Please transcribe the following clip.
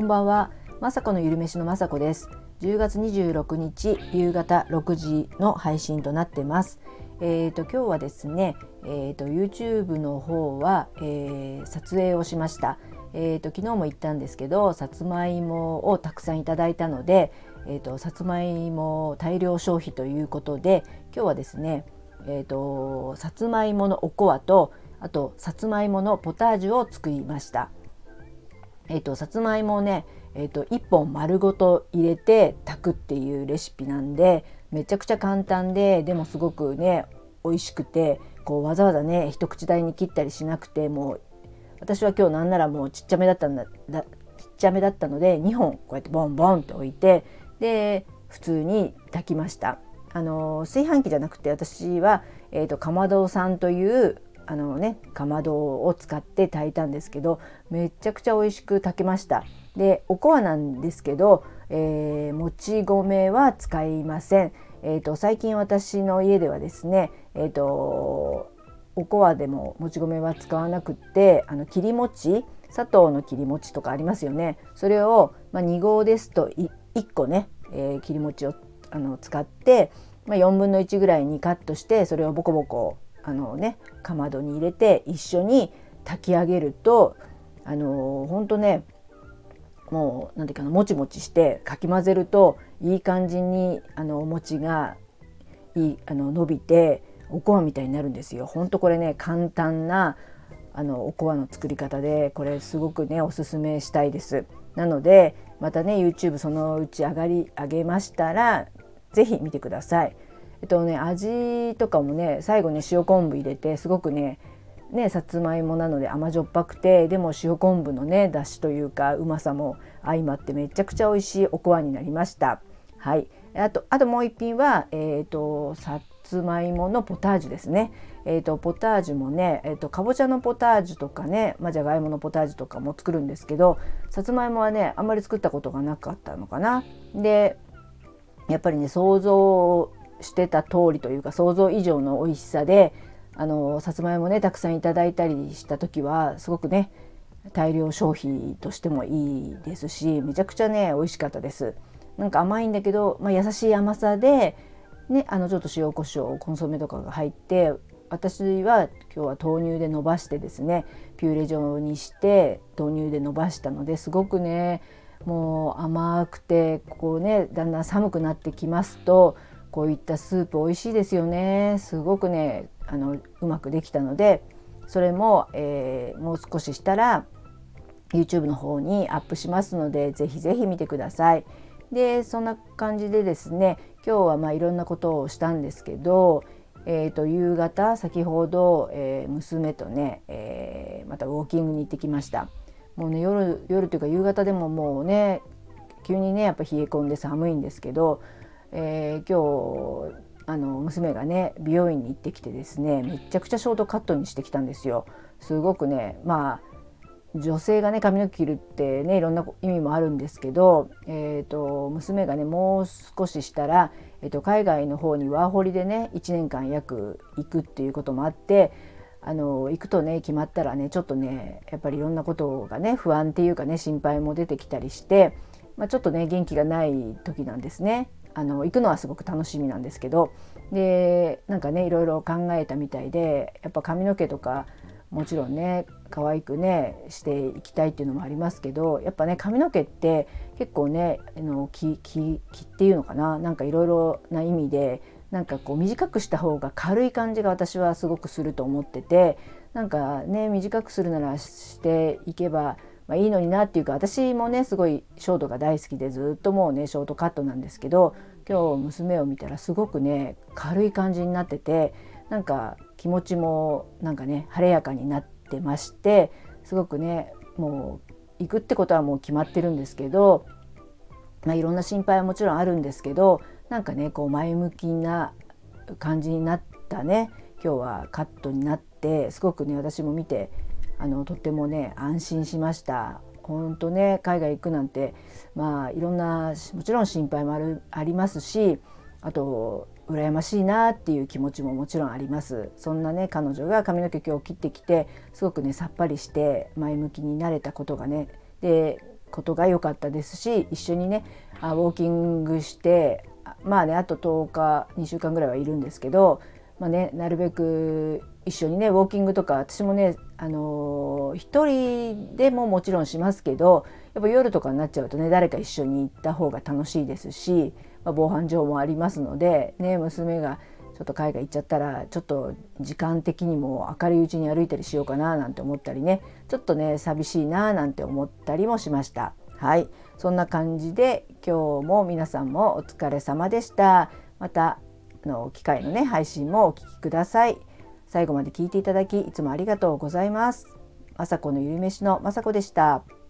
んばんは。まさこのゆるめしのまさこです。10月26日夕方6時の配信となってます。今日はですね、YouTube の方は、撮影をしました。昨日も言ったんですけど、さつまいもをたくさんいただいたので、さつまいも大量消費ということで、今日はですね、さつまいものおこわと、あとさつまいものポタージュを作りました。さつまいもをね、1本丸ごと入れて炊くっていうレシピなんで、めちゃくちゃ簡単で、でもすごくね美味しくて、こうわざわざね一口大に切ったりしなくて、もう私は今日なんならもうちっちゃめだったので2本こうやってボンボンって置いて、で普通に炊きました。炊飯器じゃなくて、私は、かまどさんというかまどを使って炊いたんですけど、めちゃくちゃ美味しく炊けました。でおこわなんですけど、もち米は使いません。最近私の家ではですね、おこわでももち米は使わなくって、切り餅、砂糖の切り餅とかありますよね。それを、2合ですと1個ね、切り餅を使って、4分の1ぐらいにカットして、それをボコボコかまどに入れて一緒に炊き上げると、ほんとね、もうなんていうかな、もちもちしてかき混ぜるといい感じにお餅が伸びておこわみたいになるんですよ。ほんとこれね、簡単なおこわの作り方で、これすごくねおすすめしたいです。なのでまたね YouTube そのうち上げましたらぜひ見てください。味とかもね、最後に塩昆布入れて、すごくねさつまいもなので甘じょっぱくて、でも塩昆布のね出汁というかうまさも相まってめちゃくちゃ美味しいおこわになりました。はい。あともう一品は、さつまいものポタージュですね。ポタージュもね、かぼちゃのポタージュとかね、じゃがいものポタージュとかも作るんですけど、さつまいもはねあんまり作ったことがなかったのかな。でやっぱりね、想像してた通りというか、想像以上の美味しさで、さつまいもねたくさんいただいたりした時はすごくね大量消費としてもいいですし、めちゃくちゃね美味しかったです。なんか甘いんだけど、優しい甘さでね、ちょっと塩コショウ、コンソメとかが入って、私は今日は豆乳で伸ばしてですね、ピューレ状にして豆乳で伸ばしたので、すごくねもう甘くて、こうねだんだん寒くなってきますと、こういったスープ美味しいですよね。すごくねうまくできたので、それも、もう少ししたら YouTube の方にアップしますので、ぜひぜひ見てください。でそんな感じでですね、今日はいろんなことをしたんですけど、夕方先ほど、娘とね、またウォーキングに行ってきました。もうね夜というか夕方でももうね急にねやっぱ冷え込んで寒いんですけど、今日娘がね美容院に行ってきてですね、めちゃくちゃショートカットにしてきたんですよ。すごくね、女性がね髪の毛切るってねいろんな意味もあるんですけど、娘がねもう少ししたら、海外の方にワーホリでね1年間約行くっていうこともあって、行くとね決まったらねちょっとねやっぱりいろんなことがね不安っていうかね心配も出てきたりして、ちょっとね元気がない時なんですね。行くのはすごく楽しみなんですけど、でなんかねいろいろ考えたみたいで、やっぱ髪の毛とかもちろんね可愛くねしていきたいっていうのもありますけど、やっぱね髪の毛って結構ね気っていうのかな、なんかいろいろな意味でなんかこう短くした方が軽い感じが私はすごくすると思ってて、なんかね短くするならしていけばいいのになっていうか、私もねすごいショートが大好きで、ずっともうねショートカットなんですけど、今日娘を見たらすごくね軽い感じになってて、なんか気持ちもなんかね晴れやかになってまして、すごくねもう行くってことはもう決まってるんですけど、いろんな心配はもちろんあるんですけど、なんかねこう前向きな感じになったね今日はカットになって、すごくね私も見てとってもね安心しました。本当ね海外行くなんていろんなもちろん心配もありますし、あと羨ましいなっていう気持ちももちろんあります。そんなね彼女が髪の毛今日切ってきて、すごくねさっぱりして前向きになれたことがね、でことが良かったですし、一緒にねウォーキングして、まあねあと10日2週間ぐらいはいるんですけど、まあね、なるべく一緒にねウォーキングとか、私もね一人でももちろんしますけど、やっぱ夜とかになっちゃうとね誰か一緒に行った方が楽しいですし、防犯上もありますのでね、娘がちょっと海外行っちゃったらちょっと時間的にも明るいうちに歩いたりしようかななんて思ったりね、ちょっとね寂しいななんて思ったりもしました。はい、そんな感じで今日も皆さんもお疲れ様でした。また機会のね配信もお聞きください。最後まで聞いていただきいつもありがとうございます。まさこのゆるめしのまさこでした。